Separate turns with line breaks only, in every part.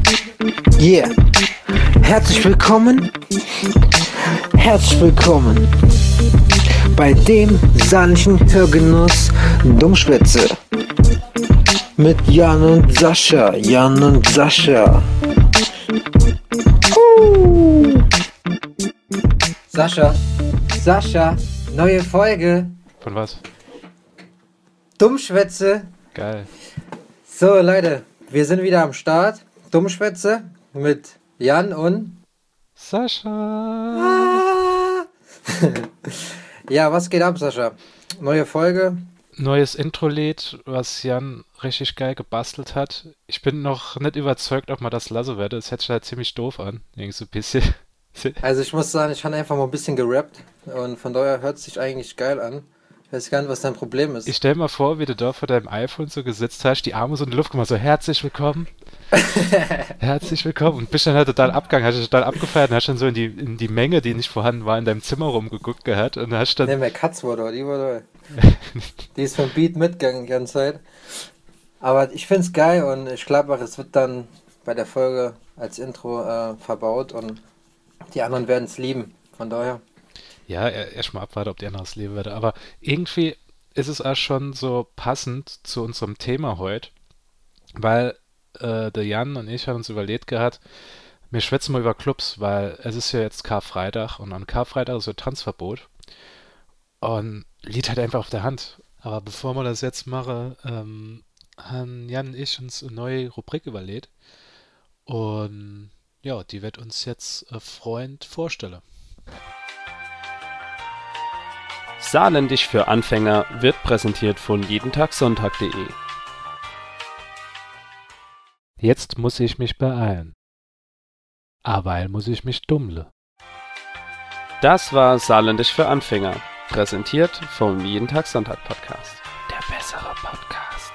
Yeah. Herzlich willkommen bei dem sanften Hörgenuss Dummschwätze mit Jan und Sascha. Sascha, neue Folge.
Von was?
Dummschwätze.
Geil.
So Leute, wir sind wieder am Start. Dummschwätze mit Jan und
Sascha.
Ja, was geht ab, Sascha? Neue Folge.
Neues Intro-Lied, was Jan richtig geil gebastelt hat. Ich bin noch nicht überzeugt, ob man das lassen werde. Es hört sich halt ziemlich doof an. Irgendwie so ein bisschen.
Also ich muss sagen, ich habe einfach mal ein bisschen gerappt und von daher hört es sich eigentlich geil an. Ich weiß gar nicht, was dein Problem ist.
Ich stell mal vor, wie du da vor deinem iPhone so gesetzt hast, die Arme so in die Luft gemacht, so herzlich willkommen. Herzlich willkommen. Und bist dann halt total abgegangen, hast dich total abgefeiert und hast dann so in die Menge, die nicht vorhanden war, in deinem Zimmer rumgeguckt gehabt und hast dann...
Ne, meine Katz war da, die war da. Die ist vom Beat mitgegangen die ganze Zeit. Aber ich find's geil und ich glaube auch, es wird dann bei der Folge als Intro verbaut und die anderen werden es lieben. Von daher.
Ja, erstmal abwarten, ob die anderen es lieben werden. Aber irgendwie ist es auch schon so passend zu unserem Thema heute, weil der Jan und ich haben uns überlegt gehabt, wir schwätzen mal über Clubs, weil es ist ja jetzt Karfreitag und an Karfreitag ist so Tanzverbot und liegt halt einfach auf der Hand. Aber bevor wir das jetzt machen, haben Jan und ich uns eine neue Rubrik überlegt und ja, die wird uns jetzt Freund vorstellen.
Saarländisch für Anfänger wird präsentiert von jedentagsonntag.de.
Jetzt muss ich mich beeilen. Aber muss ich mich dummle.
Das war Saarländisch für Anfänger, präsentiert vom Jeden-Tag-Sonntag-Podcast. Der bessere Podcast.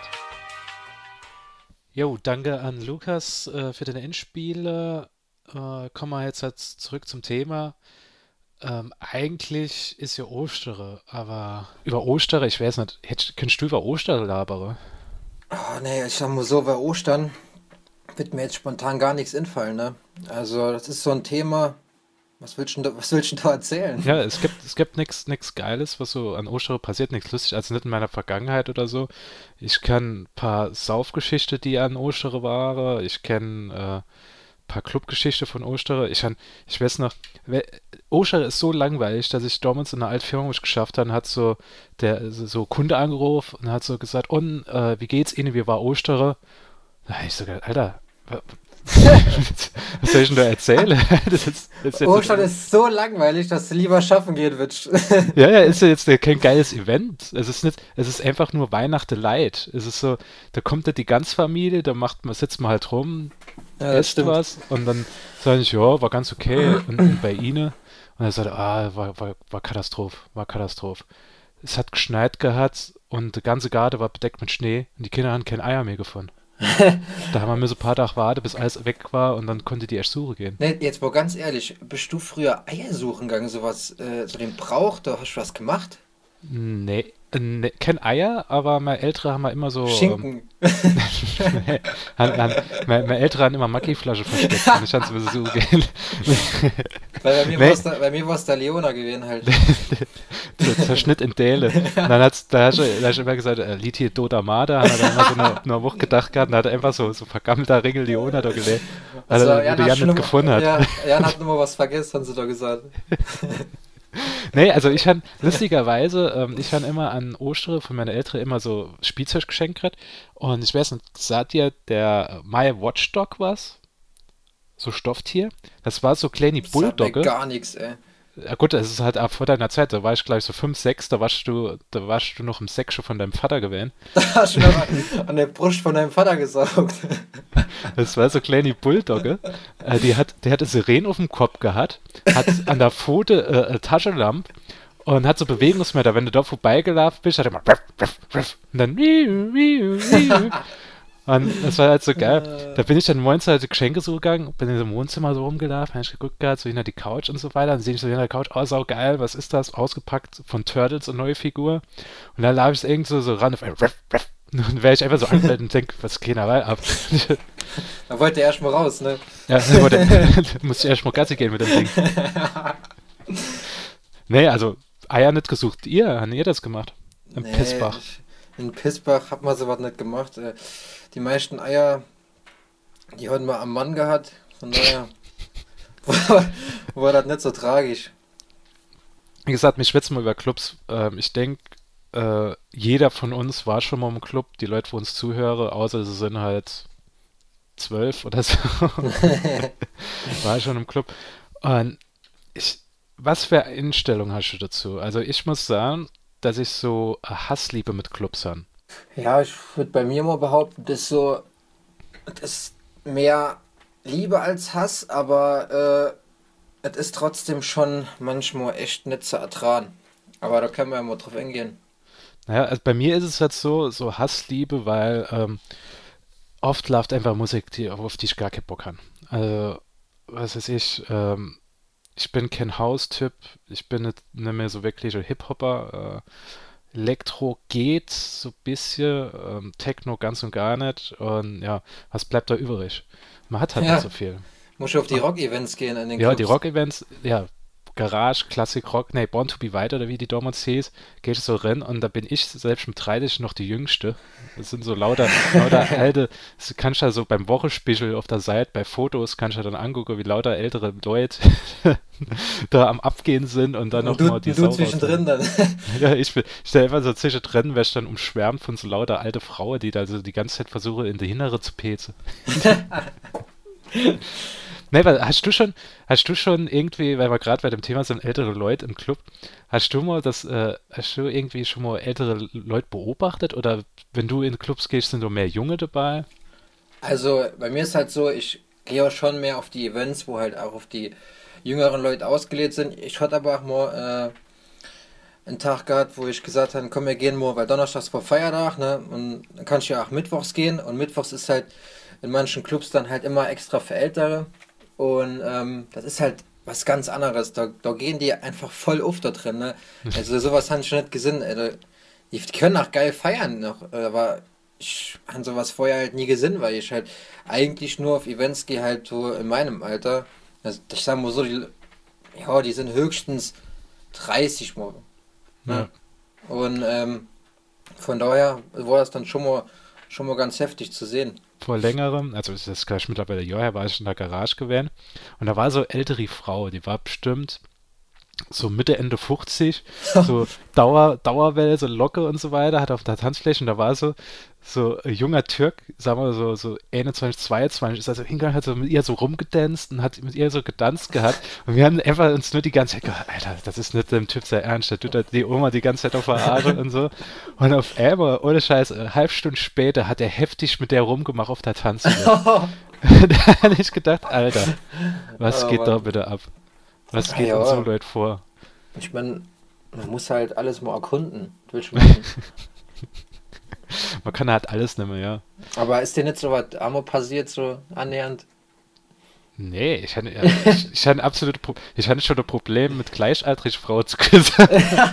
Jo, danke an Lukas für den Endspieler. Kommen wir jetzt halt zurück zum Thema. Eigentlich ist ja Ostere, aber über Ostere, ich weiß nicht, könntest du über Ostere labern?
Oh nee, ich sag mal so, bei Ostern wird mir jetzt spontan gar nichts einfallen, ne? Also das ist so ein Thema, was willst du denn da erzählen?
Ja, es gibt nichts Geiles, was so an Ostere passiert, nichts lustig, also nicht in meiner Vergangenheit oder so. Ich kenne ein paar Saufgeschichten, die an Ostere waren, ich kenne paar Clubgeschichte von Ostere. Ich weiß noch, Ostere ist so langweilig, dass ich damals in einer alten Firma, wo ich geschafft habe, hat so Kunde angerufen und hat so gesagt, wie geht's Ihnen, wie war Ostere? Da hab ich so gedacht, Alter, was soll ich denn da erzählen?
Ostern ist so langweilig, dass du lieber schaffen gehen willst.
Ja, ist ja jetzt kein geiles Event. Es ist einfach nur Weihnachten light. Es ist so, da kommt ja die ganze Familie, sitzt man halt rum,
Ja, das
isst
stimmt.
was und dann sage ich, ja, war ganz okay. Und bei Ihnen? Und er sagt, war Katastrophe. Es hat geschneit gehabt und die ganze Garde war bedeckt mit Schnee und die Kinder haben kein Eier mehr gefunden. Da haben wir so ein paar Tage warten, bis alles weg war und dann konnte die erst suchen gehen.
Ne, jetzt mal ganz ehrlich, bist du früher Eier suchen gegangen, sowas, so den Brauch, da hast du was gemacht?
Nee, kein Eier, aber meine Eltern haben immer so...
Schinken.
Meine Eltern haben immer Maggi-Flasche versteckt und ich kann zu Besuch gehen.
Weil bei mir war es der Leona gewesen halt.
Zerschnitt in Däle. Und dann da hast du immer gesagt, liegt hier Dota Marder, hat er dann immer so eine Woche gedacht gehabt und hat er einfach so vergammelter Ringel Leona da gelegt, weil er Jan nicht gefunden hat.
Ja, Jan hat nur was vergessen, haben sie da gesagt.
Nee, also ich habe lustigerweise, ich habe immer an Ostere von meinen Eltern immer so Spielzeug geschenkt gekriegt. Und ich weiß nicht, sagt dir der My Watchdog was? So Stofftier? Das war so kleine Bulldogge.
Gar nichts, ey.
Ja gut, es ist halt ab vor deiner Zeit, da war ich gleich so 5, 6, da warst du noch im Sex schon von deinem Vater gewesen.
Da hast du noch an der Brust von deinem Vater gesaugt.
Das war so kleine Bulldogge. Der hat eine Sirene auf dem Kopf gehabt, hat an der Pfote eine Taschenlampe und hat so Bewegungsmelder. Wenn du da vorbeigelaufen bist, hat er immer und dann und das war halt so geil. Da bin ich dann morgens halt Geschenke so gegangen, bin in dem Wohnzimmer so rumgelaufen, habe ich geguckt gehabt, so hinter die Couch und so weiter. Dann sehe ich so hinter der Couch, oh, sau geil, was ist das? Ausgepackt von Turtles und neue Figur. Und dann laufe ich irgend so ran auf ein Dann wäre ich einfach so angemeldet und denke, was geht da ab?
Da wollte er erstmal raus, ne?
Ja, musste ich erstmal Gassi gehen mit dem Ding. Nee, also Eier nicht gesucht. Habt ihr das gemacht? Im Pissbach.
In Pissbach hat man sowas nicht gemacht. Die meisten Eier, die hatten wir am Mann gehabt. Von daher war das nicht so tragisch.
Wie gesagt, mich schwätzen wir über Clubs. Ich denke, jeder von uns war schon mal im Club. Die Leute, wo uns zuhören, außer sie sind halt 12 oder so, war schon im Club. Und was für Einstellung hast du dazu? Also ich muss sagen, dass ich so eine Hassliebe mit Clubs habe.
Ja, ich würde bei mir mal behaupten, das ist mehr Liebe als Hass, aber es ist trotzdem schon manchmal echt nicht zu ertragen. Aber da können wir ja mal drauf eingehen.
Naja, also bei mir ist es halt so Hassliebe, weil oft läuft einfach Musik, auf die ich gar keinen Bock habe. Also, was weiß ich bin kein House-Typ, ich bin nicht mehr so wirklich ein Hip-Hopper. Elektro geht so ein bisschen, Techno ganz und gar nicht. Und ja, was bleibt da übrig? Man hat halt nicht so
Ja,
viel.
muss ich auf die Rock-Events gehen in den
Ja, die
Clubs.
Rock-Events, ja, Garage, Classic Rock, nee, Born to be Wild oder wie die damals hieß, geht so rein und da bin ich selbst mit 30 noch die Jüngste. Das sind so lauter alte, das kannst du ja so beim Wochenspiegel auf der Seite, bei Fotos kannst du ja dann angucken, wie lauter ältere Leute da am Abgehen sind und dann
Und du,
nochmal die
und du
Sau rausholen.
zwischendrin dann.
Ja, ich stelle einfach so zwischendrin, werde ich dann umschwärmt von so lauter alte Frauen, die da so die ganze Zeit versuchen, in die Innere zu pezen. Nee, weil hast du schon irgendwie, weil wir gerade bei dem Thema sind, ältere Leute im Club, hast du irgendwie schon mal ältere Leute beobachtet oder wenn du in Clubs gehst, sind da mehr Junge dabei?
Also bei mir ist halt so, ich gehe auch schon mehr auf die Events, wo halt auch auf die jüngeren Leute ausgelegt sind. Ich hatte aber auch mal einen Tag gehabt, wo ich gesagt habe, komm, wir gehen mal, weil Donnerstags war Feiertag, ne? Und dann kann ich ja auch mittwochs gehen. Und mittwochs ist halt in manchen Clubs dann halt immer extra für Ältere. Und das ist halt was ganz anderes. Da gehen die einfach voll auf da drin, ne? Also sowas habe ich schon nicht gesehen. Die können auch geil feiern noch, aber ich habe sowas vorher halt nie gesehen, weil ich halt eigentlich nur auf Events gehe, halt so in meinem Alter. Also ich sag mal so, die sind höchstens 30 mal.
Ja.
Ne? Und von daher war das dann schon mal ganz heftig zu sehen.
Vor längerem, also das ist gleich mittlerweile ein Jahr her, war ich in der Garage gewesen und da war so eine ältere Frau, die war bestimmt so Mitte, Ende 50, so Dauerwelle, so Locke und so weiter, hat auf der Tanzfläche und da war so ein junger Türk, sagen wir so 21, 22, ist also hingegangen, hat so mit ihr so rumgedanzt und hat mit ihr so getanzt gehabt und wir haben einfach uns nur die ganze Zeit gedacht, Alter, das ist nicht dem Typ sehr ernst, der tut halt die Oma die ganze Zeit auf der Arsch und so und auf einmal, ohne Scheiß, eine halbe Stunde später hat er heftig mit der rumgemacht auf der Tanzfläche. Da habe ich gedacht, Alter, was
Oh
geht da
Mann.
bitte ab? Was
Ah,
geht uns so
ja,
Leute vor?
ich meine, man muss halt alles mal erkunden. Das will ich machen.
Man kann halt alles nehmen, ja.
Aber ist dir nicht so was einmal passiert, so annähernd?
Nee, ich hatte ich hatte schon ein Problem mit gleichaltrigen Frauen zu küssen.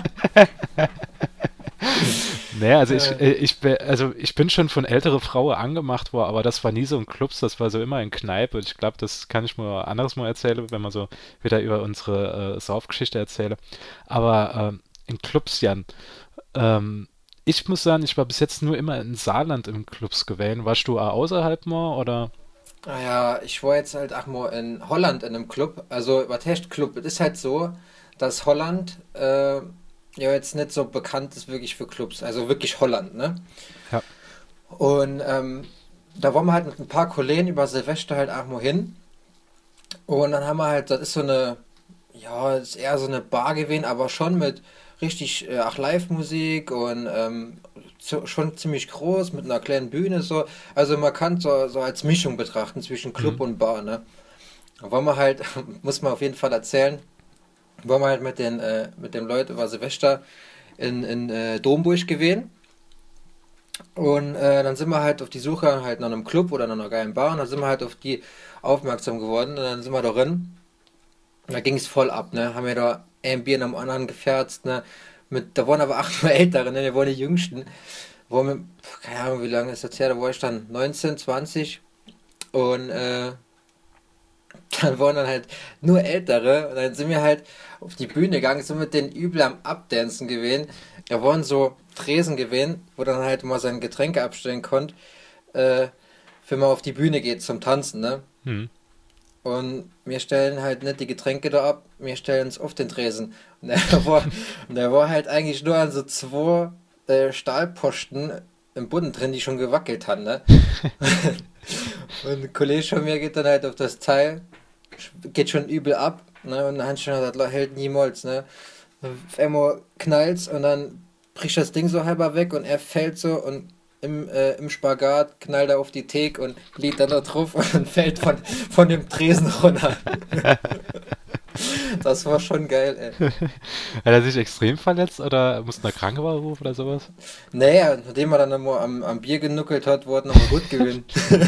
Nee, also
Äh,
ich bin schon von ältere Frauen angemacht worden, aber das war nie so in Clubs, das war so immer in Kneipe. Und ich glaube, das kann ich mal anderes Mal erzählen, wenn man so wieder über unsere Saufgeschichte erzähle. Aber in Clubs, Jan, ich muss sagen, ich war bis jetzt nur immer in Saarland im Clubs gewesen. Warst du auch außerhalb mal oder?
naja, ich war jetzt halt auch mal in Holland in einem Club. Also, was heißt Club? Es ist halt so, dass Holland ja jetzt nicht so bekannt ist wirklich für Clubs. Also wirklich Holland, ne?
Ja.
Und da waren wir halt mit ein paar Kollegen über Silvester halt auch mal hin. Und dann haben wir halt, das ist so eine, ja, das ist eher so eine Bar gewesen, aber schon mit richtig auch Live-Musik und schon ziemlich groß, mit einer kleinen Bühne so. Also man kann so als Mischung betrachten zwischen Club
Mhm.
und Bar, ne? Da wollen wir halt, muss man auf jeden Fall erzählen, wollen wir halt mit den Leuten über Silvester in Domburg gewesen. Und dann sind wir halt auf die Suche halt nach einem Club oder nach einer geilen Bar und dann sind wir halt auf die aufmerksam geworden und dann sind wir da drin. Und da ging es voll ab, ne? Haben wir da ein Bier nach dem anderen gefärzt, ne? Da waren aber acht nur Ältere, ne? Wir waren die Jüngsten. keine Ahnung, wie lange ist das her, da war ich dann 19, 20 und dann waren dann halt nur Ältere und dann sind wir halt auf die Bühne gegangen, sind mit denen übel am Abdancen gewesen. Da waren so Tresen gewesen, wo dann halt mal seine Getränke abstellen konnte, wenn man auf die Bühne geht zum Tanzen, ne?
Hm.
Und wir stellen halt nicht die Getränke da ab, wir stellen es auf den Tresen. Und der war halt eigentlich nur an so zwei Stahlposten im Boden drin, die schon gewackelt haben, ne? Und ein Kollege von mir geht dann halt auf das Teil, geht schon übel ab, ne? Und dann schon gesagt, hält niemals, ne? Auf einmal knallt's und dann bricht das Ding so halber weg und er fällt so und im Spagat knallt er auf die Theke und liegt dann da drauf und fällt von dem Tresen runter. Das war schon geil, ey.
Hat er sich extrem verletzt oder musste eine Krankenwagen rufen oder sowas?
Naja, nachdem er dann immer am Bier genuckelt hat, wurde nochmal gut gewinnen.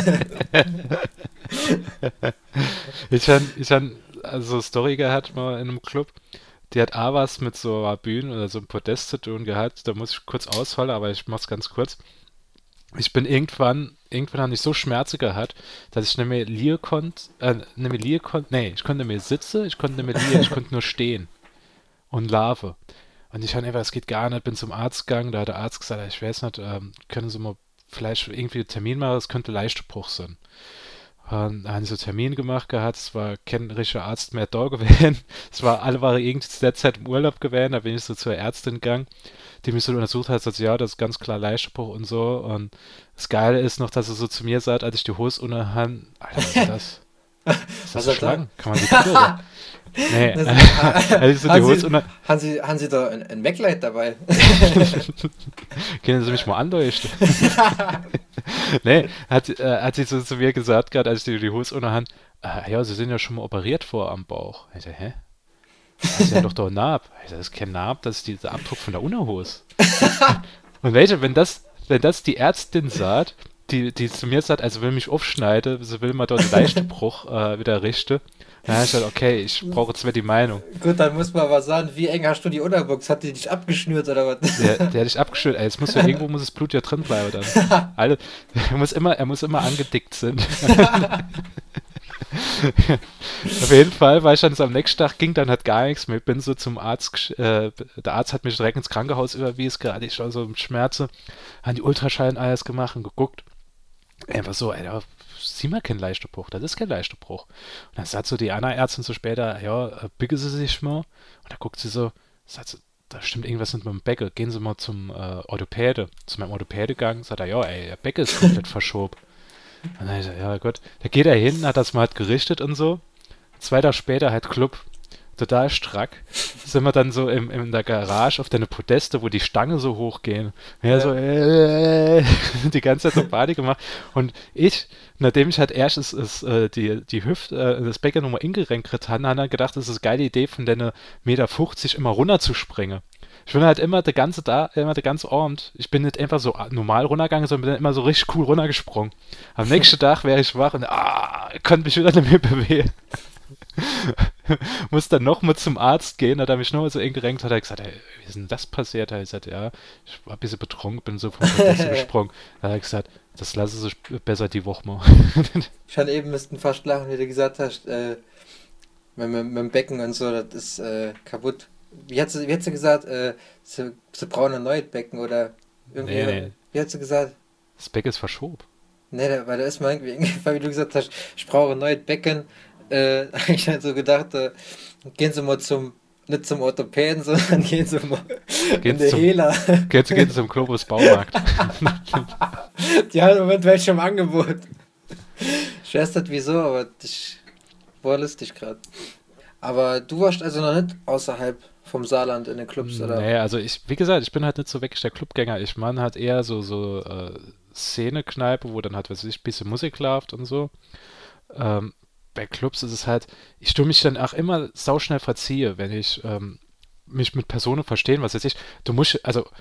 Ich hab also eine Story gehabt mal in einem Club, die hat A was mit so einer Bühne oder so einem Podest zu tun gehabt, da muss ich kurz ausholen, aber ich mach's ganz kurz. Ich bin irgendwann habe ich so Schmerzen gehabt, dass ich nicht mehr liegen konnte, ich konnte nicht mehr sitzen, ich konnte nicht mehr liegen, ich konnte nur stehen und laufen. Und ich habe einfach, es geht gar nicht, bin zum Arzt gegangen, da hat der Arzt gesagt, ich weiß nicht, können Sie mal vielleicht irgendwie einen Termin machen, es könnte Leistebruch sein. Und da haben sie so einen Termin gemacht gehabt, es war kein richtiger Arzt mehr da gewesen, alle waren irgendwie zu der Zeit im Urlaub gewesen, da bin ich so zur Ärztin gegangen, die mich so untersucht hat, sagt, ja, das ist ganz klar Leistebruch und so. Und das Geile ist noch, dass er so zu mir sagt, als ich die Hose unterhand, Alter, was ist das? Ist das ein Schlang? Kann man die Tür? Nee, als ich so die Hose unter...
Haben Sie da ein Backlight dabei?
Können Sie mich mal anleuchten? Nee, hat sie so zu mir gesagt, gerade als ich die Hose unterhand, ja, Sie sind ja schon mal operiert vor am Bauch. Ich sag, hä? Das ist ja doch der Narb. Ich sag, das ist kein Narb, das ist dieser Abdruck von der Unterhose. Und welche, wenn das die Ärztin sagt, die zu mir sagt, also will mich aufschneiden, sie will mal dort einen Leistebruch wieder richten, dann habe ich gesagt, okay, ich brauche jetzt mehr die Meinung.
Gut, dann muss man aber sagen, wie eng hast du die Unterbox? Hat die dich abgeschnürt oder was?
Der hat dich abgeschnürt, ey, irgendwo muss das Blut ja drin bleiben dann. Alle, er muss immer angedickt sein. Auf jeden Fall war ich dann so am nächsten Tag, ging dann halt gar nichts mehr. Ich bin so zum Arzt, der Arzt hat mich direkt ins Krankenhaus überwiesen, gerade ich war so im Schmerzen, haben die Ultraschall alles gemacht und geguckt. Einfach so, ey, da sieh mal kein Leistebruch, das ist kein Leistebruch. Und dann sagt so die andere Ärztin so später, ja, biegen Sie sich mal. Und da guckt sie so, sagt so, da stimmt irgendwas mit meinem Becken, gehen Sie mal zum Orthopäde. Zu meinem Orthopäde gegangen, sagt er, ja, ey, der Becken ist komplett verschoben. Und dann ich, ja gut, da geht er hin, hat das mal halt gerichtet und so. 2 Tage später halt Club, total strack. Sind wir dann so in der Garage auf deine Podeste, wo die Stange so hochgehen. Ja, so die ganze Zeit so Party gemacht. Und ich, nachdem ich halt erst die Hüfte, das Becken nochmal ingerenkt hatte, habe ich gedacht, das ist eine geile Idee, von den 1,50 Meter immer runter zu springen. Ich bin halt immer der ganze Abend, ich bin nicht einfach so normal runtergegangen, sondern bin dann immer so richtig cool runtergesprungen. Am nächsten Tag wäre ich wach und konnte mich wieder nicht mehr bewegen. Muss dann nochmal zum Arzt gehen, hat er mich nochmal so eng gerenkt, hat er gesagt, ey, wie ist denn das passiert? Er hat gesagt, ja, ich war ein bisschen betrunken, bin so vom Podest gesprungen. Da hat er gesagt, das lasse sich besser die Woche mal.
Ich hatte eben müssten fast lachen, wie du gesagt hast, mit dem Becken und so, das ist kaputt. Wie hat sie gesagt, sie brauchen ein neues Becken oder irgendwie.
Nee.
Wie hat sie gesagt?
Das Becken ist verschoben.
Nee, weil da ist mal irgendwie, wie du gesagt hast, ich brauche ein neues Becken. Ich hatte so gedacht, gehen Sie mal nicht zum Orthopäden, sondern gehen Sie mal in den Hehler.
Gehen Sie zum Globus Baumarkt.
Die haben im Moment welche im Angebot. Ich weiß nicht wieso, aber das war lustig gerade. Aber du warst also noch nicht außerhalb vom Saarland in den Clubs, oder?
Nee, also wie gesagt, ich bin halt nicht so wirklich der Clubgänger. Ich meine halt eher so Szene-Kneipe, wo dann halt, weiß ich, ein bisschen Musik läuft und so. Bei Clubs ist es halt, ich tue mich dann auch immer sauschnell verziehe, wenn ich mich mit Personen verstehen, was weiß ich. Du musst, also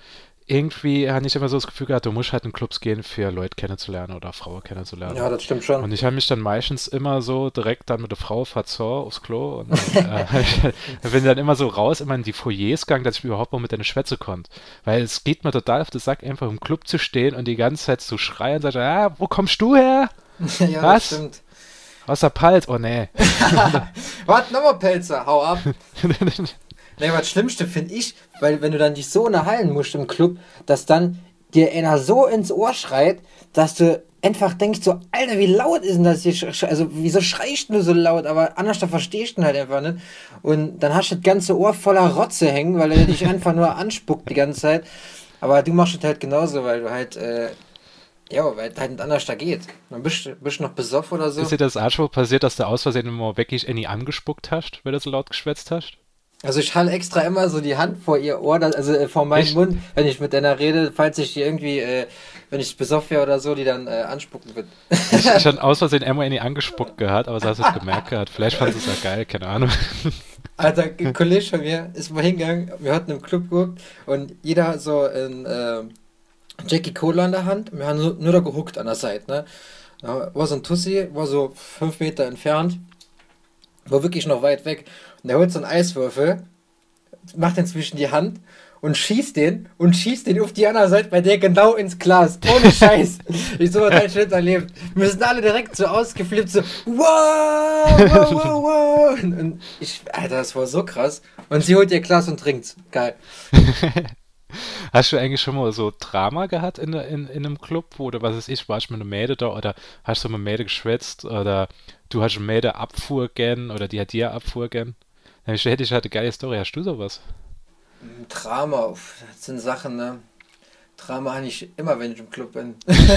irgendwie habe ich immer so das Gefühl gehabt, du musst halt in Clubs gehen, für Leute kennenzulernen oder Frauen kennenzulernen.
Ja, das stimmt schon.
Und ich habe mich dann meistens immer so direkt dann mit der Frau verzogen aufs Klo und dann bin dann immer so raus, immer in die Foyers gegangen, dass ich überhaupt mal mit deiner Schwätze konnte. Weil es geht mir total auf den Sack, einfach im Club zu stehen und die ganze Zeit zu schreien und sagen, wo kommst du her?
Ja,
Was?
das stimmt.
Aus der Palz? Oh nee.
Warte, nochmal Pelzer, hau ab. Nee, was Schlimmste finde ich, weil wenn du dann dich so unterhalten musst im Club, dass dann dir einer so ins Ohr schreit, dass du einfach denkst so, Alter, wie laut ist denn das hier? Also, wieso schreist du so laut? Aber anders, da verstehst du ihn halt einfach nicht. Und dann hast du das ganze Ohr voller Rotze hängen, weil er dich einfach nur anspuckt die ganze Zeit. Aber du machst es halt genauso, weil du halt, weil es halt nicht anders da geht. Dann bist du noch besoffen oder so.
Ist dir das auch schon passiert, dass du aus Versehen immer wirklich Annie angespuckt hast, weil du so laut geschwätzt hast?
Also ich halte extra immer so die Hand vor ihr Ohr, vor meinen
Echt?
Mund, wenn ich mit einer rede, falls ich die irgendwie, wenn ich besoffen wäre oder so, die dann anspucken wird.
Ich habe aus Versehen einmal Annie angespuckt gehabt, aber so hast du es gemerkt gehabt. Vielleicht fand es ja geil, keine Ahnung.
Alter, ein Kollege von mir ist mal hingegangen, wir hatten im Club geguckt und jeder so in Jackie Cola in der Hand, wir haben nur da gehuckt an der Seite, ne? Da war so ein Tussi, war so 5 Meter entfernt, war wirklich noch weit weg. Und der holt so einen Eiswürfel, macht den zwischen die Hand und schießt den auf die andere Seite bei der genau ins Glas. Ohne Scheiß. Ich so was halt schon erlebt. Wir sind alle direkt so ausgeflippt, so wow. Und ich, Alter, das war so krass. Und sie holt ihr Glas und trinkt's. Geil.
Hast du eigentlich schon mal so Drama gehabt in einem Club, oder was weiß ich, warst du mit einer Mädel da, oder hast du mit einer Mädel geschwätzt, oder du hast eine Mädel Abfuhr gern, oder die hat dir Abfuhr gern? Ich hätte eine geile Story, hast du sowas?
Drama, das sind Sachen, ne? Drama habe ich immer, wenn ich im Club bin.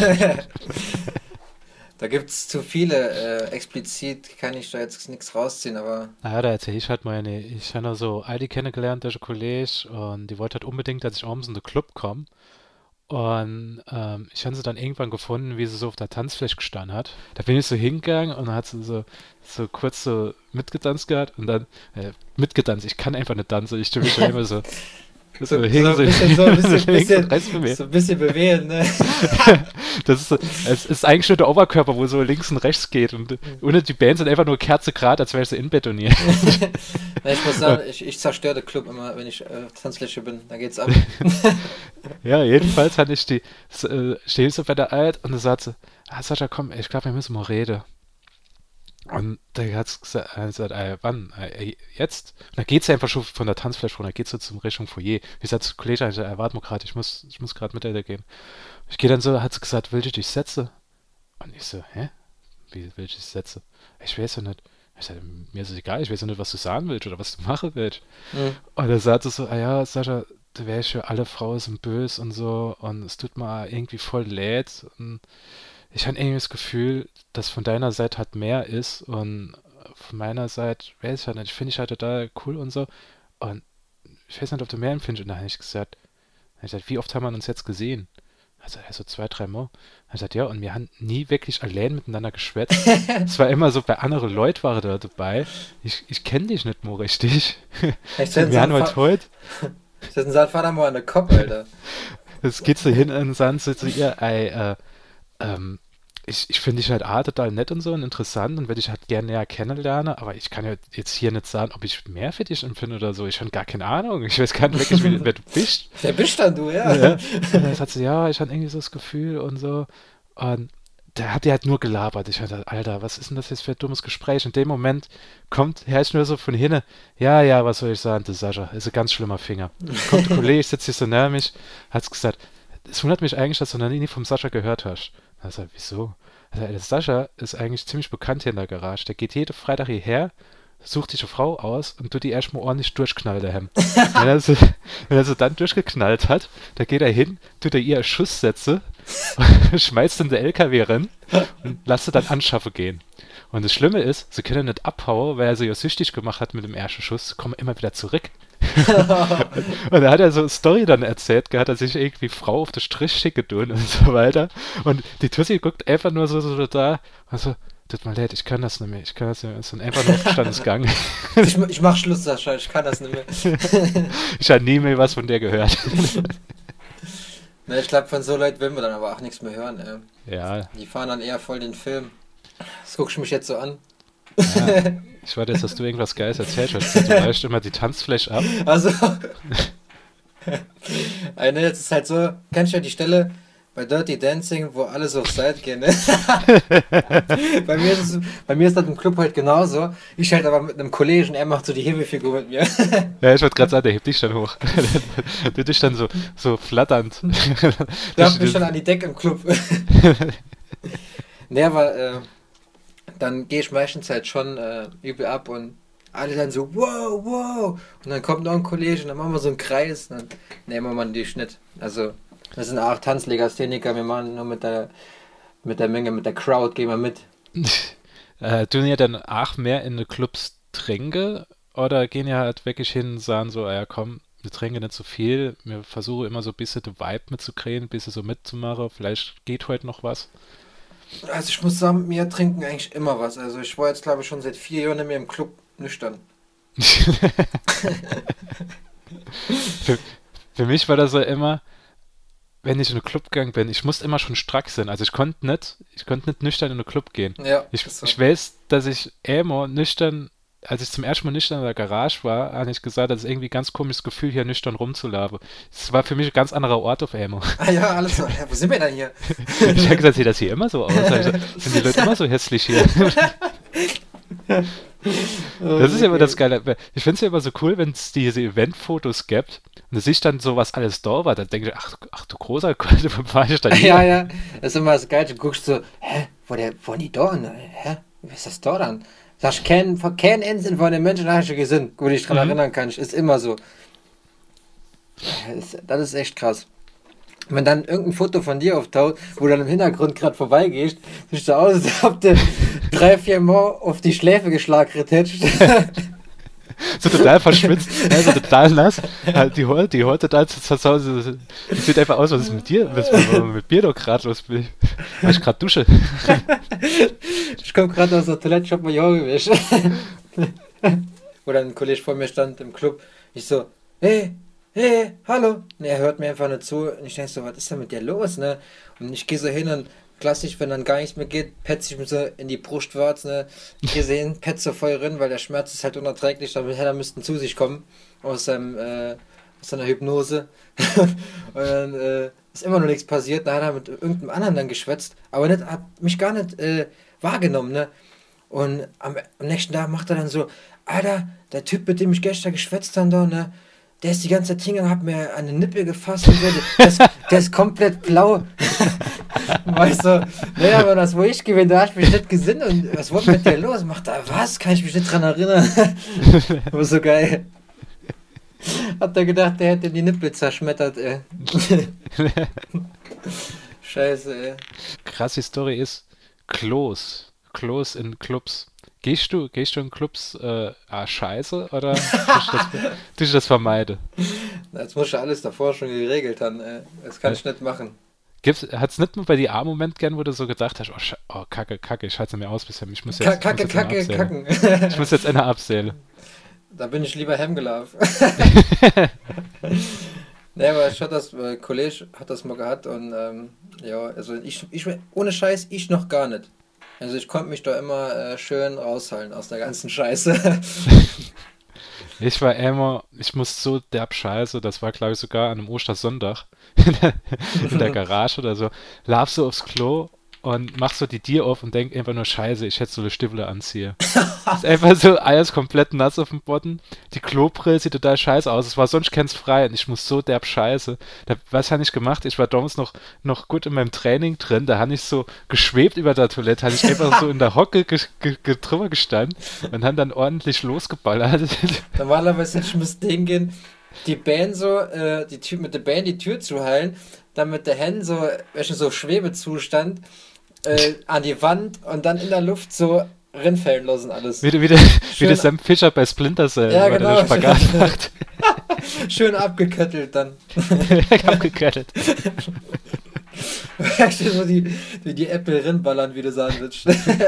Da gibt es zu viele. Explizit kann ich da jetzt nichts rausziehen, aber.
Ja, da erzähl ich halt mal ich habe so Heidi kennengelernt, der Kollege, und die wollte halt unbedingt, dass ich abends in den Club komme. Und ich habe sie dann irgendwann gefunden, wie sie so auf der Tanzfläche gestanden hat. Da bin ich so hingegangen und dann hat sie so kurz so mitgetanzt gehabt und dann, mitgetanzt, ich kann einfach nicht tanzen, ich tue mich da immer so
So
hing
ein bisschen,
rechts von mir.
so ein bisschen bewegen, ne?
Es ist eigentlich nur der Oberkörper, wo so links und rechts geht und ohne die Bands sind einfach nur kerzegrad, als wäre ich so inbetoniert.
Na, ich muss sagen, ich zerstöre den Club immer, wenn ich Tanzfläche bin, da geht's ab.
Ja, jedenfalls hatte ich stehe ich so bei der Alt und da sagt sie, Sascha, komm, ich glaube, wir müssen mal reden. Und da hat sie gesagt, wann? Jetzt? Und da geht sie einfach schon von der Tanzfläche runter, geht so zum Richtung Foyer. Wie sagt der Kollege, warte mal gerade, ich muss gerade mit der gehen. Ich gehe dann so, hat sie gesagt, will ich dich setzen? Und ich so, hä? Wie will ich dich setzen? Ich weiß ja nicht. Ich sag, mir ist es egal, ich weiß ja nicht, was du sagen willst oder was du machen willst. Mhm. Und da sagt sie so, ja, Sascha, du wärst für alle Frauen sind böse und so und es tut mir irgendwie voll leid und ich habe irgendwie das Gefühl, dass von deiner Seite halt mehr ist und von meiner Seite, weiß ich halt nicht, finde ich halt total cool und so. Und ich weiß nicht, ob du mehr empfindest. Und da habe ich gesagt, wie oft haben wir uns jetzt gesehen? Also 2-3 Mal. Er hat gesagt, ja, und wir haben nie wirklich allein miteinander geschwätzt. Es war immer so, bei anderen Leuten waren da dabei. Ich kenne dich nicht mehr richtig. Wir haben heute.
Ich setze einen Vater mal an den Kopf, Alter.
Jetzt geht so hin und dann so zu ihr, ich finde dich halt total nett und so und interessant und würde dich halt gerne näher kennenlernen, aber ich kann ja jetzt hier nicht sagen, ob ich mehr für dich empfinde oder so. Ich habe gar keine Ahnung. Ich weiß gar nicht wirklich, wer du bist.
Wer bist dann du, ja?
Und dann sagt sie, ja, ich habe irgendwie so das Gefühl und so. Und da hat die halt nur gelabert. Ich dachte, Alter, was ist denn das jetzt für ein dummes Gespräch? In dem Moment höre ich nur so von hinten, ja, was soll ich sagen, das Sascha, ist ein ganz schlimmer Finger. Kommt ein Kollege, sitzt hier so näher mich, hat gesagt, es wundert mich eigentlich, dass du noch nie vom Sascha gehört hast. Da sagt er, wieso? Also, der Sascha ist eigentlich ziemlich bekannt hier in der Garage. Der geht jeden Freitag hierher, sucht sich eine Frau aus und tut die erstmal ordentlich durchknallen daheim. wenn er so dann durchgeknallt hat, da geht er hin, tut er ihr Schuss setzen, schmeißt in den LKW rein und lässt sie dann anschaffen gehen. Und das Schlimme ist, sie können nicht abhauen, weil er sie ja süchtig gemacht hat mit dem ersten Schuss, sie kommen immer wieder zurück. Und da hat er so eine Story dann erzählt, hat er sich irgendwie Frau auf den Strich schicken tun und so weiter. Und die Tussi guckt einfach nur so da, also, tut mir leid, ich kann das nicht mehr, ist dann einfach nur aufgestanden.
Ich mach Schluss, Sascha, ich kann das nicht mehr.
Ich habe nie mehr was von der gehört.
Ne, ich glaube, von so Leuten will man dann aber auch nichts mehr hören.
Ja,
Die fahren dann eher voll den Film. Das guckst du mich jetzt so an.
ja. Ich warte jetzt, dass du irgendwas Geiles erzählst. Du weißt immer die Tanzfläche ab.
Also, jetzt ist halt so, kennst du ja die Stelle bei Dirty Dancing, wo alle so auf Seite gehen, ne? bei mir ist das im Club halt genauso. Ich halt aber mit einem Kollegen, er macht so die Hebefigur mit mir.
Ja, ich wollte gerade sagen, der hebt dich dann hoch. Du dich dann so flatternd.
Der hat mich schon an die Decke im Club. Ne, aber dann gehe ich meistens halt schon übel ab und alle dann so, wow, wow. Und dann kommt noch ein Kollege und dann machen wir so einen Kreis und dann nehmen wir mal die Schnitt. Also, das sind auch Tanzlegastheniker, wir machen nur mit der Menge, mit der Crowd gehen wir mit.
Tun ja dann auch mehr in den Clubs Tränke oder gehen ja halt wirklich hin und sagen so, ja komm, wir trinken nicht so viel, wir versuchen immer so ein bisschen den Vibe mitzukriegen, ein bisschen so mitzumachen, vielleicht geht heute noch was.
Also ich muss sagen, mir trinken eigentlich immer was. Also ich war jetzt glaube ich schon seit 4 Jahren nicht mehr im Club nüchtern.
Für mich war das so immer, wenn ich in den Club gegangen bin, ich musste immer schon strack sein. Also ich konnte nicht nüchtern in den Club gehen.
Ja,
Ich,
ist so.
ich weiß, dass ich immer nüchtern, als ich zum ersten Mal nüchtern in der Garage war, habe ich gesagt, das ist irgendwie ein ganz komisches Gefühl, hier nüchtern rumzulaufen. Es war für mich ein ganz anderer Ort auf einmal.
Ah ja, alles so. Ja, wo sind wir denn hier?
Ich habe gesagt, sieht das hier immer so aus? Also, sind die Leute immer so hässlich hier? Das ist ja immer das Geile. Ich finde es ja immer so cool, wenn es diese Eventfotos gibt und du siehst dann so, was alles da war. Dann denke ich, ach du großer Gott, wo war ich dann hier?
Ja, ja. Das ist immer das Geile. Du guckst so, wo die da? Hä? Wie ist das da dann? Sagst, kein Insel von den Menschen hast du gesehen, wo du dich dran erinnern kannst. Ist immer so. Das ist echt krass. Wenn dann irgendein Foto von dir auftaucht, wo du dann im Hintergrund gerade vorbeigehst, siehst du aus, als ob du 3-4 Mal auf die Schläfe geschlagen hättest.
So total verschwitzt, so total nass. Die Haut total zerzaust. Sieht einfach aus, was ist mit dir? Was ist mit mir doch gerade los? Weil ich gerade dusche.
Ich komme gerade aus der Toilette, ich hab mal die Haare gewischt. Wo dann ein Kollege vor mir stand im Club. Ich so, hey, hallo. Und er hört mir einfach nicht zu. Und ich denke so, was ist denn mit dir los, ne? Und ich gehe so hin und klassisch, wenn dann gar nichts mehr geht, petze ich mir so in die Brustwarz, ne? Ich gehe so hin, petze so voll rein, weil der Schmerz ist halt unerträglich. Da müssten zu sich kommen aus seiner Hypnose. Und dann ist immer noch nichts passiert. Da hat er mit irgendeinem anderen dann geschwätzt, aber hat mich gar nicht wahrgenommen, ne? Und am nächsten Tag macht er dann so, Alter, der Typ, mit dem ich gestern geschwätzt habe, da, ne? Der ist die ganze Zeit hingegangen, hat mir an den Nippel gefasst und so. Der ist komplett blau. Weißt du, naja, aber das, wo ich gewinne, da hast du mich nicht gesehen und was wurde mit dir los? Macht er was? Kann ich mich nicht dran erinnern? War so geil. Hat er gedacht, der hätte die Nippel zerschmettert, ey. Scheiße, ey.
Krasse Story ist Klos in Clubs. Gehst du in Clubs scheiße oder tust du das vermeiden?
Jetzt musst du alles davor schon geregelt haben, ey. Das kann ich nicht machen.
Hat es nicht nur bei dir Moment gern, wo du so gedacht hast, oh Kacke, ich halte mir aus bisher, ich muss jetzt
Kacken.
Ich muss jetzt eine abzählen.
Da bin ich lieber heimgelaufen. Ne, aber ein Kollege hat das mal gehabt und ja, also ich ohne Scheiß, ich noch gar nicht. Also ich konnte mich da immer schön raushalten aus der ganzen Scheiße.
Ich muss so derb scheiße, das war glaube ich sogar an einem Ostersonntag in der Garage oder so, lauf so aufs Klo und mach so die Tür auf und denk einfach nur scheiße, ich hätte so eine Stiefel anziehe. Ist einfach so alles komplett nass auf dem Boden, die Klobrille sieht total scheiße aus, es war sonst ganz frei und ich muss so derb scheiße. Was habe ich gemacht? Ich war damals noch gut in meinem Training drin, da habe ich so geschwebt über der Toilette, habe ich einfach so in der Hocke drüber gestanden und habe dann ordentlich losgeballert.
Normalerweise müsste hingehen, die Band so, mit der Band die Tür zu heilen, dann mit der Hand so Schwebezustand an die Wand und dann in der Luft so rinfällen lassen alles.
Wie der Sam Fischer bei Splinter Cell,
ja,
weil
genau.
der Spagat macht.
Schön abgeköttelt dann.
Abgeköttelt.
So die Äpfel rinballern, wie du sagen willst.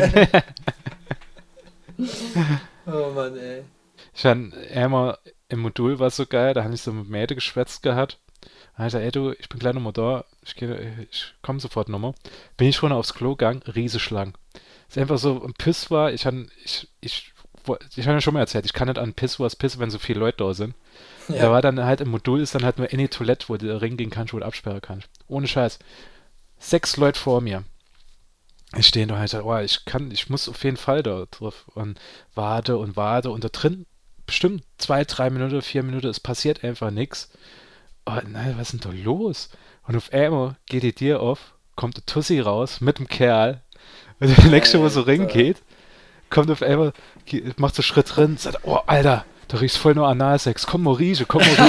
Oh Mann, ey.
Ich fand einmal im Modul war so geil, da habe ich so mit Mädel geschwätzt gehabt. Dann hab ich gesagt, ey du, ich bin gleich nochmal da, ich komme sofort nochmal. Bin ich schon aufs Klo gegangen, Riesenschlangen. Es ist einfach so ein Pissoir, ich habe ja schon mal erzählt, ich kann nicht an Pissoirs pissen, wenn so viele Leute da sind.
Ja.
Da war dann halt im Modul ist dann halt nur eine Toilette, wo du reingehen kannst, wo du absperren kannst. Ohne Scheiß. 6 Leute vor mir. Ich stehe da halt, oh, ich muss auf jeden Fall da drauf und warte und da drin bestimmt 2, 3 Minuten, 4 Minuten, es passiert einfach nichts. Oh nein, was ist denn da los? Und auf einmal geht die Tür auf, kommt der Tussi raus mit dem Kerl und der nächste, wo so reingeht, kommt auf einmal, macht so einen Schritt drin, sagt, oh Alter, da riechst voll nur Analsex, komm mal rieche.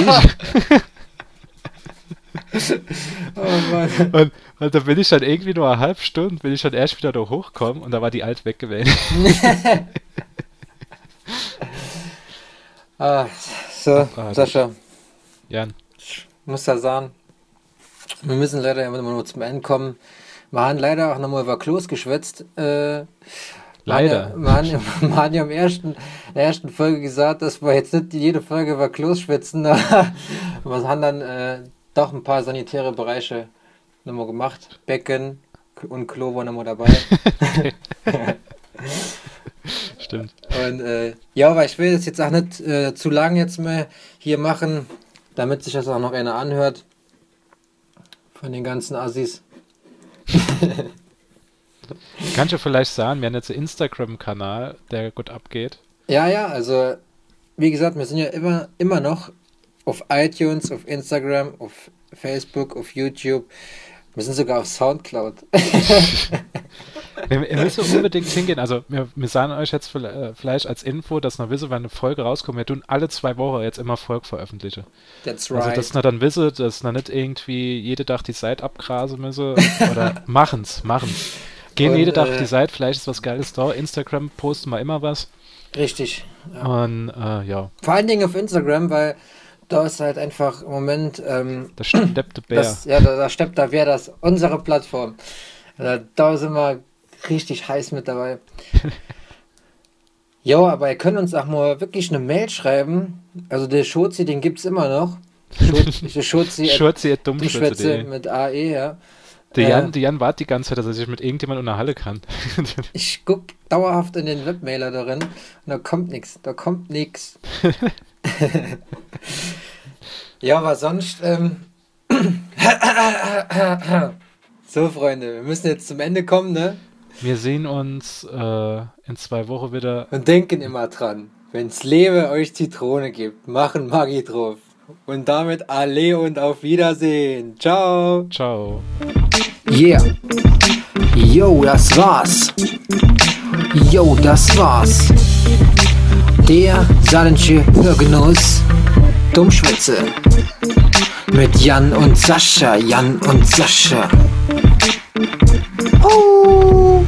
Oh Mann.
Und da bin ich dann irgendwie nur eine halbe Stunde, bin ich dann erst wieder da hochgekommen und da war die alt weg gewesen.
So, Sascha.
Jan.
Ich muss da sagen, wir müssen leider immer nur zum Ende kommen. Wir haben leider auch nochmal über Klos geschwätzt.
Leider.
Wir haben ja in der ersten Folge gesagt, dass wir jetzt nicht jede Folge über Klos schwätzen, aber wir haben dann doch ein paar sanitäre Bereiche nochmal gemacht. Becken und Klo waren nochmal dabei.
Stimmt.
Und ja, aber ich will das jetzt auch nicht zu lang jetzt mehr hier machen, damit sich das auch noch einer anhört. Von den ganzen Assis.
Kannst du vielleicht sagen, wir haben jetzt einen Instagram-Kanal, der gut abgeht.
Ja, also wie gesagt, wir sind ja immer noch auf iTunes, auf Instagram, auf Facebook, auf YouTube. Wir sind sogar auf Soundcloud.
Wir müssen unbedingt hingehen. Also wir sagen euch jetzt vielleicht als Info, dass wir wissen, wenn eine Folge rauskommt. Wir tun alle 2 Wochen jetzt immer Folge veröffentlichen.
That's right.
Also dass wir dann wissen, dass wir nicht irgendwie jede Tag die Seite abgrasen müssen. Oder machen's. Gehen jede Tag die Seite, vielleicht ist was Geiles da. Instagram posten wir immer was.
Richtig. Ja.
Und ja.
Vor allen Dingen auf Instagram, weil da ist halt einfach im Moment
da steppt der Bär.
Da steppt der Bär, das unsere Plattform. Da sind wir richtig heiß mit dabei. Jo, aber ihr könnt uns auch mal wirklich eine Mail schreiben. Also der Schozi, den gibt's immer noch. Schozi mit AE, ja.
Der Jan wartet die ganze Zeit, dass er sich mit irgendjemandem unterhalten kann.
Ich guck dauerhaft in den Webmailer darin und da kommt nichts. Ja, aber sonst so, Freunde, wir müssen jetzt zum Ende kommen, ne?
Wir sehen uns in 2 Wochen wieder.
Und denken immer dran, wenn's Leben euch Zitrone gibt, machen Maggi drauf. Und damit alle und auf Wiedersehen. Ciao.
Ciao.
Yeah. Yo, das war's. Der saarländische Hörgenuss Dummschwätze. Mit Jan und Sascha. Oh.